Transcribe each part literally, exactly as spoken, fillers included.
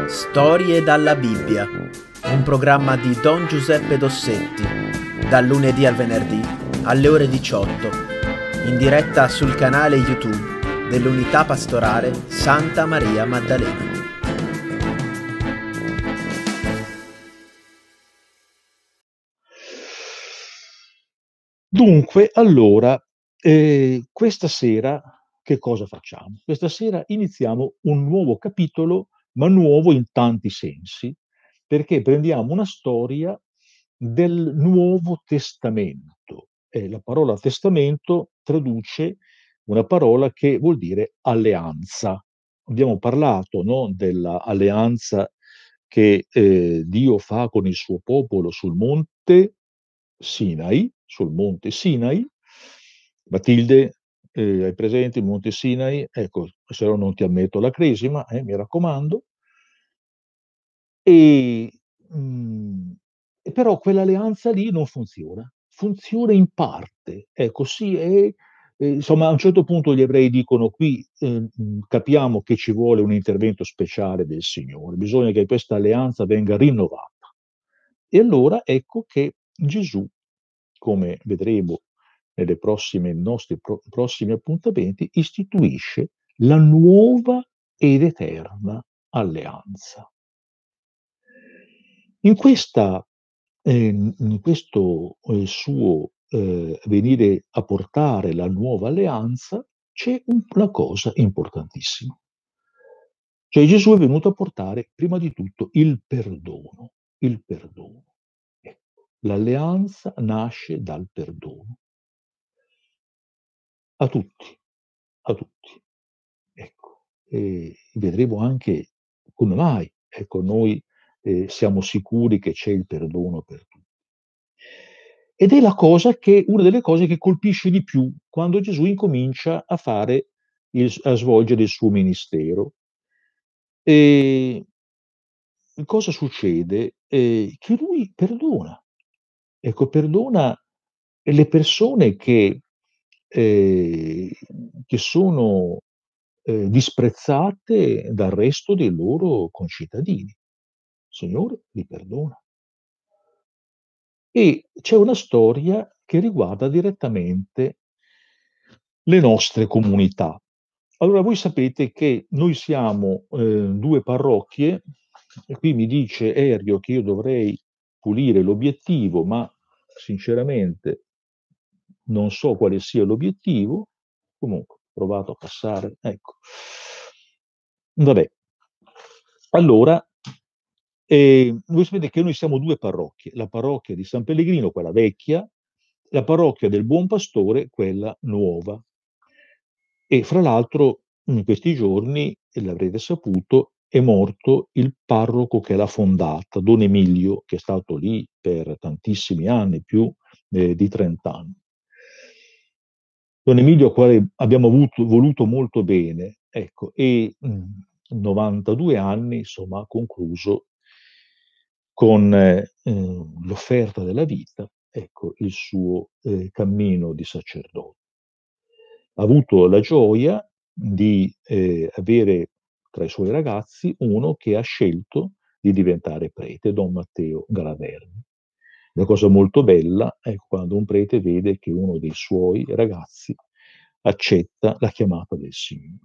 Storie dalla Bibbia, un programma di Don Giuseppe Dossetti, dal lunedì al venerdì alle ore diciotto, in diretta sul canale YouTube dell'Unità Pastorale Santa Maria Maddalena. Dunque, allora, eh, questa sera che cosa facciamo? Questa sera iniziamo un nuovo capitolo, ma nuovo in tanti sensi, perché prendiamo una storia del Nuovo Testamento. E la parola testamento traduce una parola che vuol dire alleanza. Abbiamo parlato, no, dell'alleanza che eh, Dio fa con il suo popolo sul monte Sinai, sul monte Sinai. Matilde, eh, hai presente il monte Sinai? Ecco, se no non ti ammetto la cresima, eh, mi raccomando. E, mh, e però quell'alleanza lì non funziona, funziona in parte. Ecco, sì, è, eh, insomma, a un certo punto gli ebrei dicono qui eh, mh, capiamo che ci vuole un intervento speciale del Signore, bisogna che questa alleanza venga rinnovata. E allora ecco che Gesù, come vedremo nelle prossime nostri pro- prossimi appuntamenti, istituisce la nuova ed eterna alleanza. In questa, eh, in questo eh, suo eh, venire a portare la nuova alleanza c'è un- una cosa importantissima. Cioè Gesù è venuto a portare prima di tutto il perdono, il perdono. Ecco, l'alleanza nasce dal perdono. A tutti, a tutti. Ecco, e vedremo anche come mai, ecco, noi eh, siamo sicuri che c'è il perdono per tutti. Ed è la cosa che, una delle cose che colpisce di più quando Gesù incomincia a fare, il, a svolgere il suo ministero. E cosa succede? Eh, che lui perdona. Ecco, perdona le persone che, eh, che sono eh, disprezzate dal resto dei loro concittadini. Il Signore li perdona. E c'è una storia che riguarda direttamente le nostre comunità. Allora, voi sapete che noi siamo eh, due parrocchie, e qui mi dice Erio che io dovrei pulire l'obiettivo, ma sinceramente non so quale sia l'obiettivo. Comunque, ho provato a passare, ecco. Vabbè. Allora, eh, voi sapete che noi siamo due parrocchie, la parrocchia di San Pellegrino, quella vecchia, la parrocchia del Buon Pastore, quella nuova. E fra l'altro in questi giorni, e l'avrete saputo, è morto il parroco che l'ha fondata, Don Emilio, che è stato lì per tantissimi anni, più eh, di trenta anni. Don Emilio, al quale abbiamo avuto, voluto molto bene, ecco, e mh, novantadue anni, insomma, ha concluso con eh, l'offerta della vita, ecco, il suo eh, cammino di sacerdote. Ha avuto la gioia di eh, avere tra i suoi ragazzi uno che ha scelto di diventare prete, Don Matteo Galaverni. Una cosa molto bella è quando un prete vede che uno dei suoi ragazzi accetta la chiamata del Signore.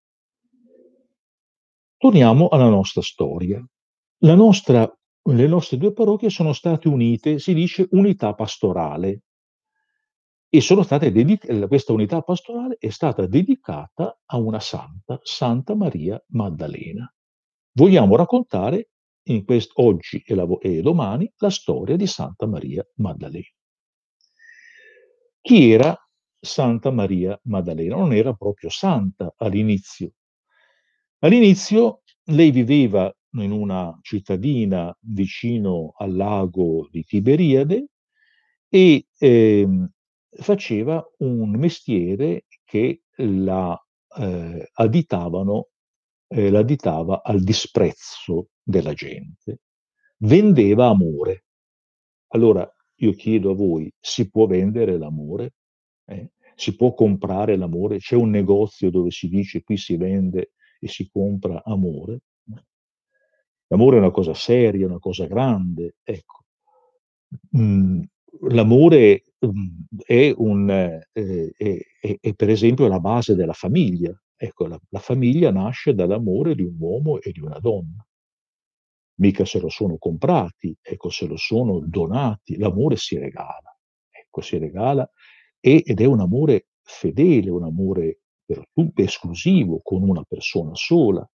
Torniamo alla nostra storia. La nostra, le nostre due parrocchie sono state unite, si dice unità pastorale, e sono state dedic- questa unità pastorale è stata dedicata a una santa, Santa Maria Maddalena. Vogliamo raccontare in quest- oggi e, la- e domani la storia di Santa Maria Maddalena. Chi era Santa Maria Maddalena? Non era proprio santa all'inizio. All'inizio lei viveva in una cittadina vicino al lago di Tiberiade e ehm, faceva un mestiere che la eh, additavano, eh, l'additava al disprezzo della gente. Vendeva amore. Allora io chiedo a voi, si può vendere l'amore? Eh? Si può comprare l'amore? C'è un negozio dove si dice qui si vende e si compra amore? L'amore è una cosa seria, una cosa grande, ecco. Mhmm, L'amore, mhmm, è un ehm, è è è per esempio la base della famiglia. Ecco, la la famiglia nasce dall'amore di un uomo e di una donna. Mica se lo sono comprati, ecco, se lo sono donati. L'amore si regala, ecco, si regala e ed è un amore fedele, un amore per tu esclusivo, con una persona sola.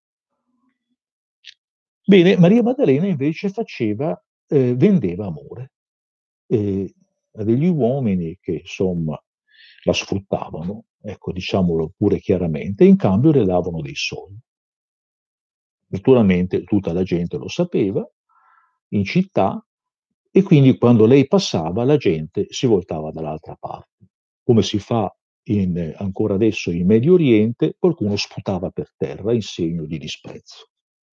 Bene, Maria Maddalena invece faceva ehm, vendeva amore, ehm, a degli uomini che insomma la sfruttavano, ecco, diciamolo pure chiaramente, e in cambio le davano dei soldi. Naturalmente tutta la gente lo sapeva in città e quindi quando lei passava la gente si voltava dall'altra parte. Come si fa in ancora adesso in Medio Oriente, qualcuno sputava per terra in segno di disprezzo.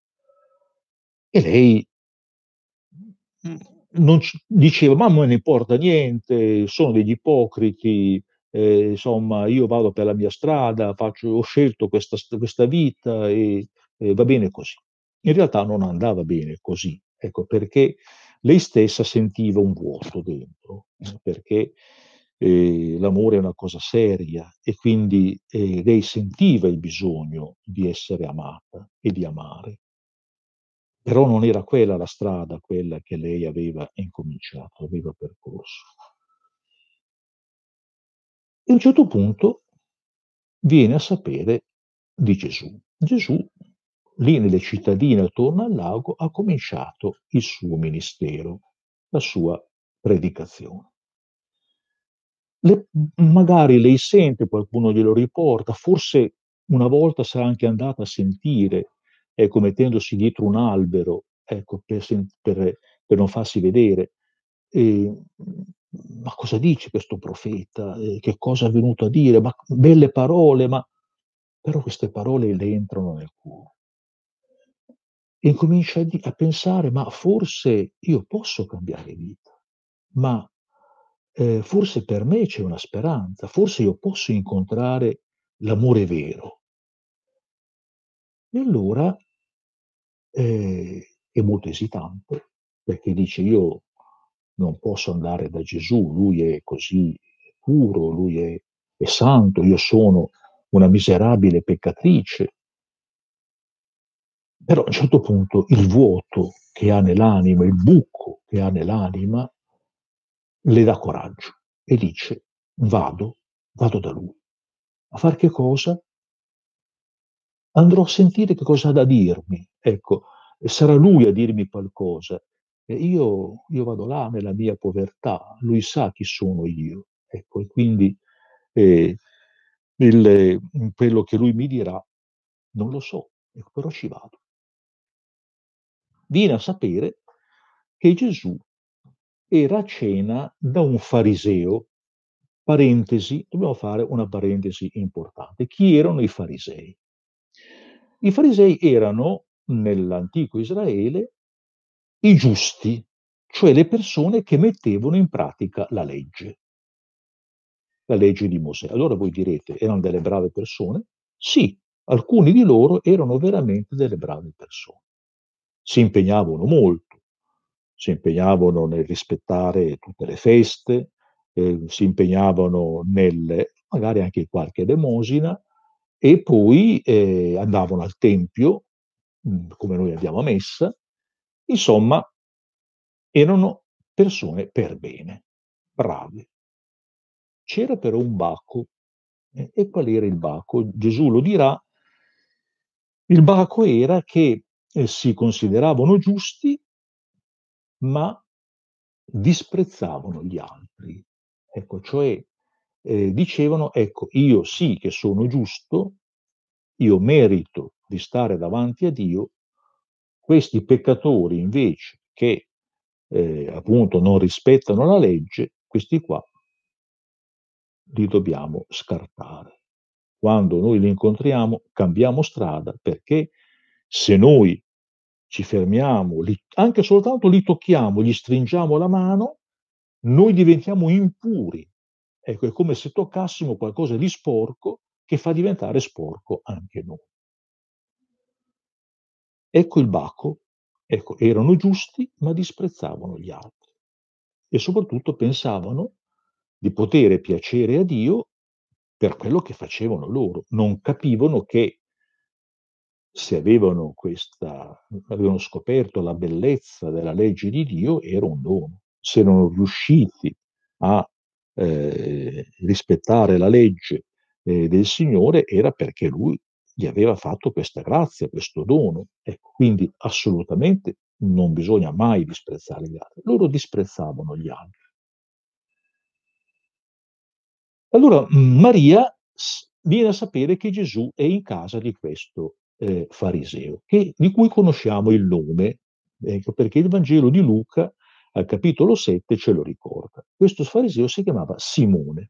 E lei Mh, non c diceva: "Ma a me ne importa niente, sono degli ipocriti, ehm, insomma io vado per la mia strada, faccio ho scelto questa st questa vita e e va bene così." In realtà non andava bene così, ecco, perché lei stessa sentiva un vuoto dentro, eh, perché, ehm, l'amore è una cosa seria e quindi, ehm, lei sentiva il bisogno di essere amata e di amare. Però non era quella la strada, quella che lei aveva incominciato, aveva percorso. E a un certo punto viene a sapere di Gesù. Gesù, lì nelle cittadine attorno al lago, ha cominciato il suo ministero, la sua predicazione. Le m magari lei sente, qualcuno glielo riporta, forse una volta sarà anche andata a sentire, ecco, mettendosi dietro un albero, ecco, per sen per per non farsi vedere. Ehm, ma cosa dice questo profeta? Ehm, che cosa è venuto a dire? Ma belle parole, ma però queste parole le entrano nel cuore. E incomincia a di a pensare: "Ma forse io posso cambiare vita, ma, ehm, forse per me c'è una speranza, forse io posso incontrare l'amore vero". E allora, ehm, è molto esitante, perché dice: "Io non posso andare da Gesù, lui è così puro, lui è è santo, io sono una miserabile peccatrice". Però a un certo punto il vuoto che ha nell'anima, il buco che ha nell'anima, le dà coraggio e dice: "Vado, vado da lui". A far che cosa? Andrò a sentire che cosa ha da dirmi, ecco, e sarà lui a dirmi qualcosa. E io io vado là nella mia povertà, lui sa chi sono io, ecco, e quindi, ehm, il mhmm, quello che lui mi dirà non lo so, ecco, però ci vado. Viene a sapere che Gesù era a cena da un fariseo. Parentesi, dobbiamo fare una parentesi importante. Chi erano i farisei? I farisei erano, nell'antico Israele, i giusti, cioè le persone che mettevano in pratica la legge, la legge di Mosè. Allora voi direte: erano delle brave persone? Sì, alcuni di loro erano veramente delle brave persone. Si impegnavano molto, si impegnavano nel rispettare tutte le feste, ehm, si impegnavano nel magari anche qualche elemosina e poi, ehm, andavano al tempio, mhmm, come noi andiamo a messa, insomma erano persone per bene, brave. C'era però un baco. E e qual era il baco? Gesù lo dirà. Il baco era che, ehm, si consideravano giusti, ma disprezzavano gli altri. Ecco, cioè, ehm, dicevano: "Ecco, io sì che sono giusto, io merito di stare davanti a Dio, questi peccatori invece che, ehm, appunto non rispettano la legge, questi qua li dobbiamo scartare. Quando noi li incontriamo cambiamo strada, perché se noi ci fermiamo, li anche soltanto li tocchiamo, gli stringiamo la mano, noi diventiamo impuri. Ecco, è come se toccassimo qualcosa di sporco che fa diventare sporco anche noi. Ecco il baco. Ecco, erano giusti, ma disprezzavano gli altri e soprattutto pensavano di potere piacere a Dio per quello che facevano loro. Non capivano che se avevano questa avevano scoperto la bellezza della legge di Dio, era un dono. Se erano riusciti a eh, rispettare la legge eh, del Signore, era perché Lui gli aveva fatto questa grazia, questo dono. Ecco, quindi assolutamente non bisogna mai disprezzare gli altri. Loro disprezzavano gli altri. Allora mh, Maria s- viene a sapere che Gesù è in casa di questo eh, fariseo, che- di cui conosciamo il nome, ecco, perché il Vangelo di Luca al capitolo sette ce lo ricorda. Questo fariseo si chiamava Simone.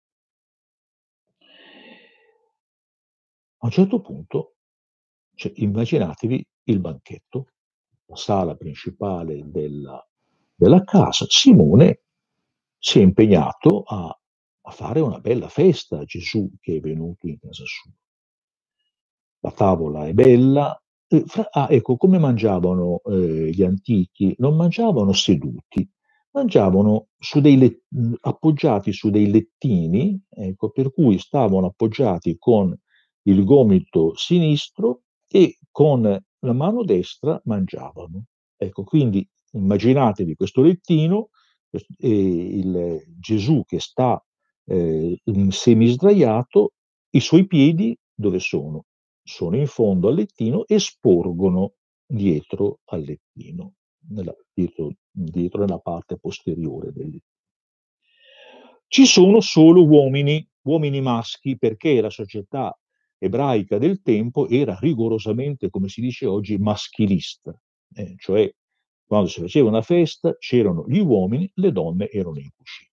A un certo punto, cioè, immaginatevi il banchetto, la sala principale della, della casa. Simone si è impegnato a, a fare una bella festa a Gesù che è venuto in casa sua. La tavola è bella. Eh, fra- ah, ecco, come mangiavano eh, gli antichi? Non mangiavano seduti, mangiavano su dei let- mh, appoggiati su dei lettini, ecco, per cui stavano appoggiati con il gomito sinistro e con la mano destra mangiavano. Ecco, quindi immaginatevi questo lettino, quest- e il Gesù che sta eh, semisdraiato, i suoi piedi dove sono? Sono in fondo al lettino e sporgono dietro al lettino, nella, dietro, dietro nella parte posteriore del lettino. Ci sono solo uomini, uomini maschi, perché la società ebraica del tempo era rigorosamente, come si dice oggi, maschilista, eh, cioè quando si faceva una festa c'erano gli uomini, le donne erano in cucina.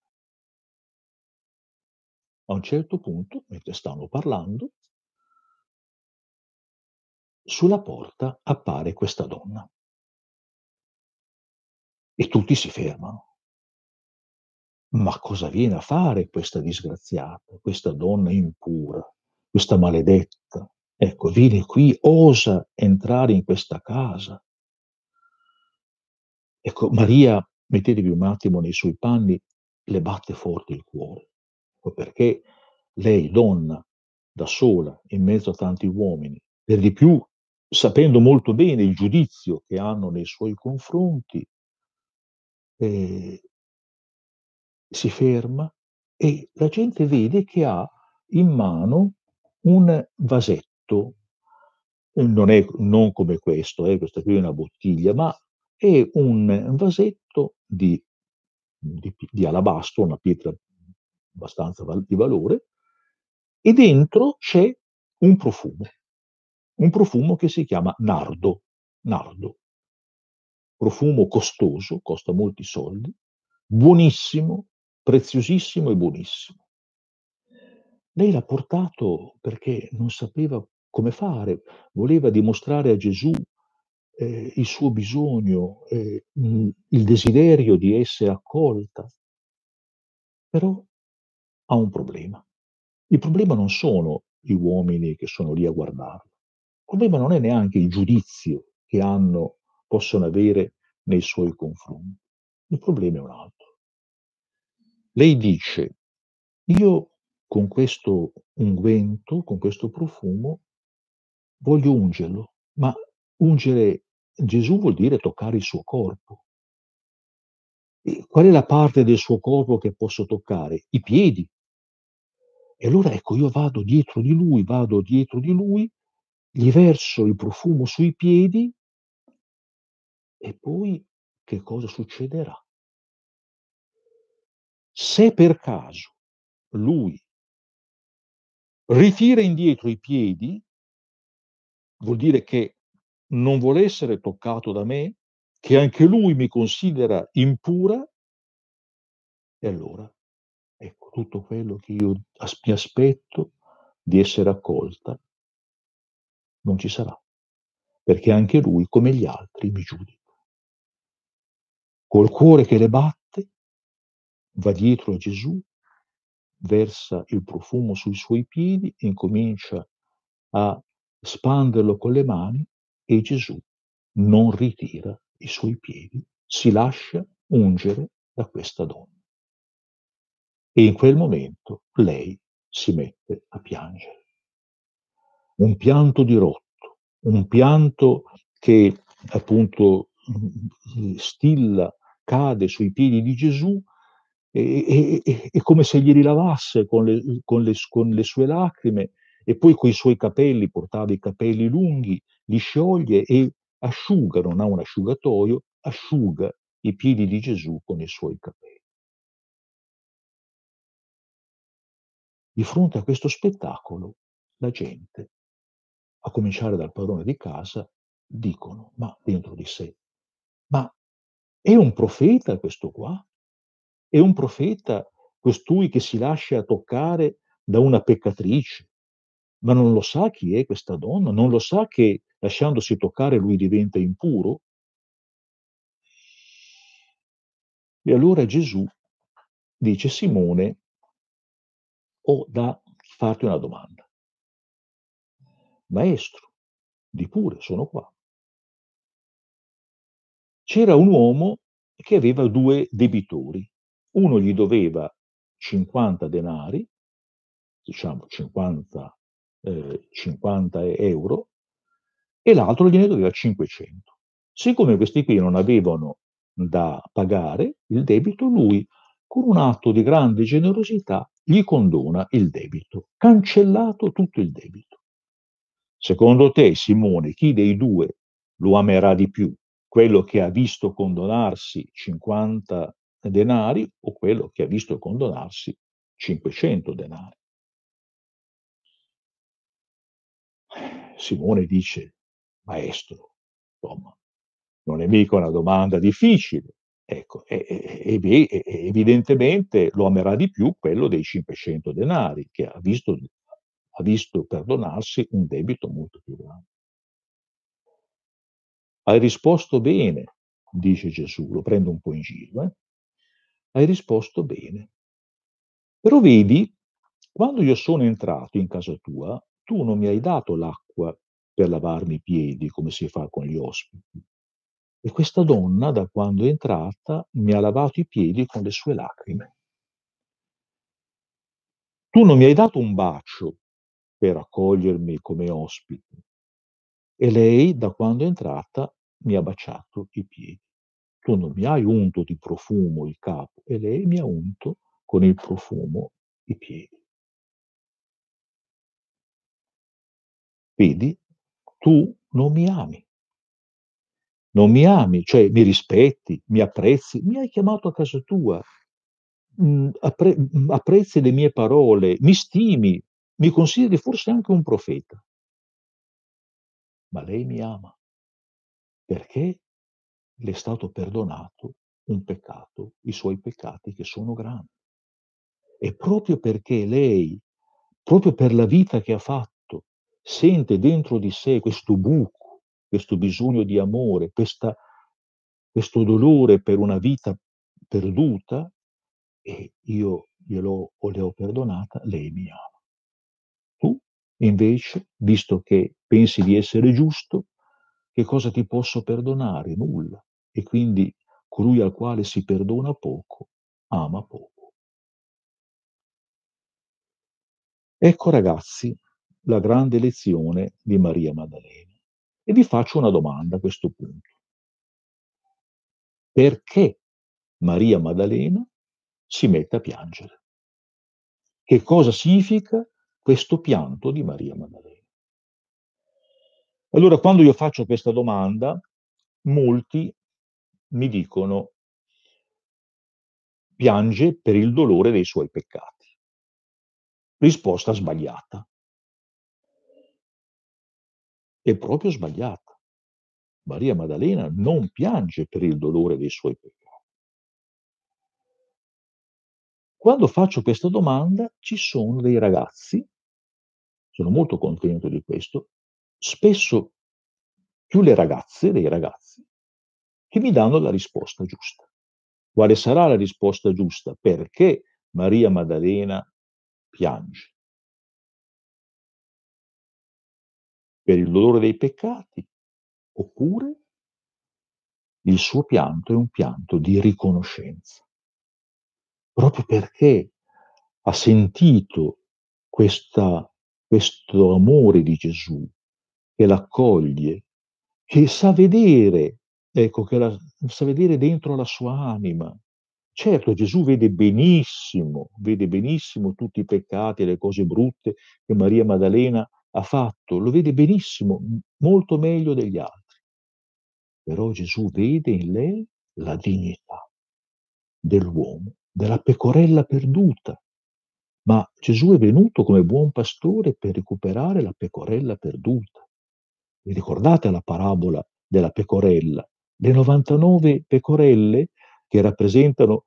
A un certo punto, mentre stanno parlando, sulla porta appare questa donna e tutti si fermano. Ma cosa viene a fare questa disgraziata, questa donna impura, questa maledetta? Ecco, viene qui, osa entrare in questa casa. Ecco, Maria, mettetevi un attimo nei suoi panni, le batte forte il cuore. Ecco perché lei, donna, da sola, in mezzo a tanti uomini, per di più sapendo molto bene il giudizio che hanno nei suoi confronti, eh, si ferma e la gente vede che ha in mano un vasetto, non è non come questo, eh, questa qui è una bottiglia, ma è un vasetto di, di, di alabastro, una pietra abbastanza val- di valore, e dentro c'è un profumo, un profumo che si chiama nardo, nardo, profumo costoso, costa molti soldi, buonissimo, preziosissimo e buonissimo. Lei l'ha portato perché non sapeva come fare, voleva dimostrare a Gesù eh, il suo bisogno, eh, mh, il desiderio di essere accolta, però ha un problema. Il problema non sono gli uomini che sono lì a guardarlo, il problema non è neanche il giudizio che hanno, possono avere nei suoi confronti, il problema è un altro. Lei dice, io con questo unguento, con questo profumo, voglio ungerlo, ma ungere Gesù vuol dire toccare il suo corpo. E qual è la parte del suo corpo che posso toccare? I piedi. E allora ecco, io vado dietro di lui, vado dietro di lui, gli verso il profumo sui piedi e poi che cosa succederà? Se per caso lui ritira indietro i piedi, vuol dire che non vuole essere toccato da me, che anche lui mi considera impura, e allora ecco tutto quello che io as- mi aspetto di essere accolta non ci sarà, perché anche lui, come gli altri, mi giudica. Col cuore che le batte, va dietro a Gesù, versa il profumo sui suoi piedi, incomincia a spanderlo con le mani e Gesù non ritira i suoi piedi, si lascia ungere da questa donna. E in quel momento lei si mette a piangere. Un pianto dirotto, un pianto che appunto mh, stilla, cade sui piedi di Gesù e, e, e come se glieli lavasse con le, con, le, con le sue lacrime e poi coi suoi capelli, portava i capelli lunghi, li scioglie e asciuga, non ha un asciugatoio, asciuga i piedi di Gesù con i suoi capelli. Di fronte a questo spettacolo, la gente, a cominciare dal padrone di casa, dicono, ma dentro di sé, ma è un profeta questo qua? È un profeta costui che si lascia toccare da una peccatrice? Ma non lo sa chi è questa donna? Non lo sa che lasciandosi toccare lui diventa impuro? E allora Gesù dice, Simone, ho da farti una domanda. Maestro, di pure, sono qua. C'era un uomo che aveva due debitori. Uno gli doveva cinquanta denari, diciamo cinquanta, eh, cinquanta euro, e l'altro gliene doveva cinquecento. Siccome questi qui non avevano da pagare il debito, lui, con un atto di grande generosità, gli condona il debito, cancellato tutto il debito. Secondo te, Simone, chi dei due lo amerà di più? Quello che ha visto condonarsi cinquanta denari o quello che ha visto condonarsi cinquecento denari? Simone dice, maestro, insomma, non è mica una domanda difficile. Ecco, e, e, e, evidentemente lo amerà di più quello dei cinquecento denari, che ha visto, ha visto perdonarsi un debito molto più grande. Hai risposto bene, dice Gesù, lo prendo un po' in giro, eh? Hai risposto bene. Però vedi, quando io sono entrato in casa tua, tu non mi hai dato l'acqua per lavarmi i piedi come si fa con gli ospiti. E questa donna, da quando è entrata, mi ha lavato i piedi con le sue lacrime. Tu non mi hai dato un bacio per accogliermi come ospite. E lei, da quando è entrata, mi ha baciato i piedi. Tu non mi hai unto di profumo il capo e lei mi ha unto con il profumo i piedi. Vedi, tu non mi ami. Non mi ami, cioè mi rispetti, mi apprezzi, mi hai chiamato a casa tua, mh, appre- mh, apprezzi le mie parole, mi stimi, mi consideri forse anche un profeta. Ma lei mi ama perché le è stato perdonato un peccato, i suoi peccati che sono grandi. E proprio perché lei, proprio per la vita che ha fatto, sente dentro di sé questo buco, questo bisogno di amore, questa, questo dolore per una vita perduta, e io glielo o le ho perdonata, lei mi ama. Tu, invece, visto che pensi di essere giusto, che cosa ti posso perdonare? Nulla. E quindi colui al quale si perdona poco, ama poco. Ecco ragazzi la grande lezione di Maria Maddalena. E vi faccio una domanda a questo punto. Perché Maria Maddalena si mette a piangere? Che cosa significa questo pianto di Maria Maddalena? Allora, quando io faccio questa domanda, molti mi dicono piange per il dolore dei suoi peccati. Risposta sbagliata. È proprio sbagliata. Maria Maddalena non piange per il dolore dei suoi peccati. Quando faccio questa domanda ci sono dei ragazzi, sono molto contento di questo, spesso più le ragazze dei ragazzi, che mi danno la risposta giusta. Quale sarà la risposta giusta? Perché Maria Maddalena piange? Per il dolore dei peccati oppure il suo pianto è un pianto di riconoscenza, proprio perché ha sentito questa, questo amore di Gesù che l'accoglie, che sa vedere, ecco, che la, sa vedere dentro la sua anima. Certo, Gesù vede benissimo, vede benissimo tutti i peccati e le cose brutte che Maria Maddalena ha fatto, lo vede benissimo, molto meglio degli altri. Però Gesù vede in lei la dignità dell'uomo, della pecorella perduta. Ma Gesù è venuto come buon pastore per recuperare la pecorella perduta. Vi ricordate la parabola della pecorella? Le novantanove pecorelle che rappresentano,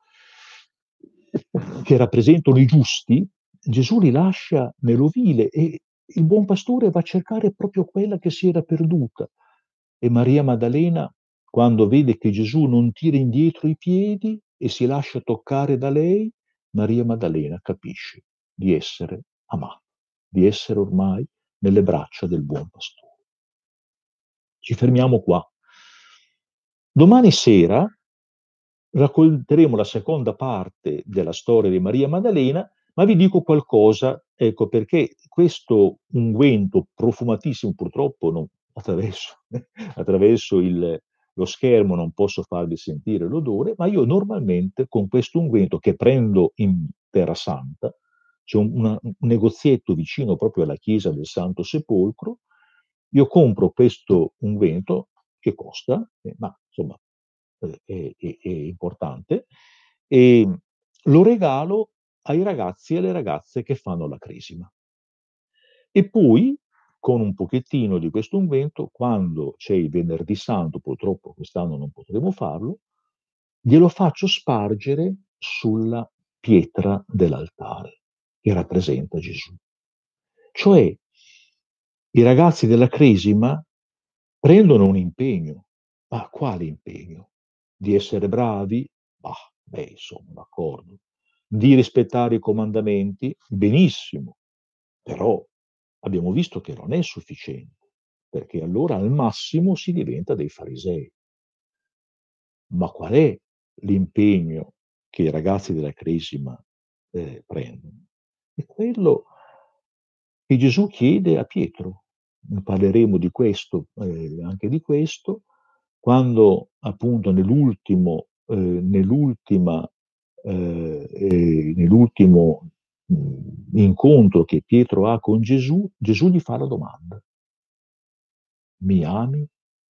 che rappresentano i giusti, Gesù li lascia nell'ovile e il buon pastore va a cercare proprio quella che si era perduta. E Maria Maddalena, quando vede che Gesù non tira indietro i piedi e si lascia toccare da lei, Maria Maddalena capisce di essere amata, di essere ormai nelle braccia del buon pastore. Ci fermiamo qua. Domani sera racconteremo la seconda parte della storia di Maria Maddalena, ma vi dico qualcosa, ecco, perché questo unguento profumatissimo, purtroppo non, attraverso, attraverso il, lo schermo non posso farvi sentire l'odore, ma io normalmente con questo unguento che prendo in Terra Santa, c'è un, una, un negozietto vicino proprio alla chiesa del Santo Sepolcro, io compro questo unguento che costa, eh, ma insomma eh, è, è, è importante, e lo regalo ai ragazzi e alle ragazze che fanno la cresima. E poi, con un pochettino di questo unguento, quando c'è il venerdì santo, purtroppo quest'anno non potremo farlo, glielo faccio spargere sulla pietra dell'altare che rappresenta Gesù. Cioè, i ragazzi della cresima prendono un impegno. Ma quale impegno? Di essere bravi? Bah, beh, insomma, d'accordo. Di rispettare i comandamenti? Benissimo. Però abbiamo visto che non è sufficiente, perché allora al massimo si diventa dei farisei. Ma qual è l'impegno che i ragazzi della Cresima eh, prendono? È quello che Gesù chiede a Pietro. Parleremo di questo, eh, anche di questo, quando appunto nell'ultimo, eh, nell'ultima, eh, eh, nell'ultimo mh, incontro che Pietro ha con Gesù, Gesù gli fa la domanda: mi ami?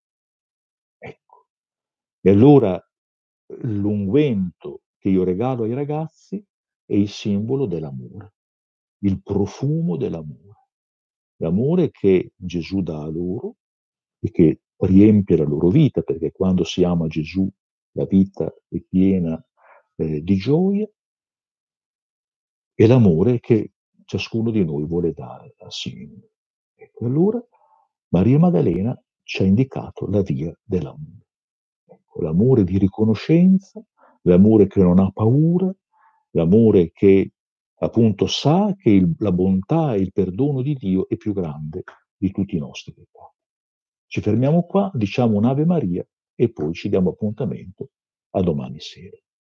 Ecco. E allora l'unguento che io regalo ai ragazzi è il simbolo dell'amore, il profumo dell'amore, l'amore che Gesù dà a loro e che riempie la loro vita, perché quando si ama Gesù la vita è piena eh, di gioia, e l'amore che ciascuno di noi vuole dare al Signore. Ecco, allora Maria Maddalena ci ha indicato la via dell'amore. Ecco, l'amore di riconoscenza, l'amore che non ha paura, l'amore che appunto sa che il, la bontà e il perdono di Dio è più grande di tutti i nostri peccati. Ci fermiamo qua, diciamo un'Ave Maria e poi ci diamo appuntamento a domani sera.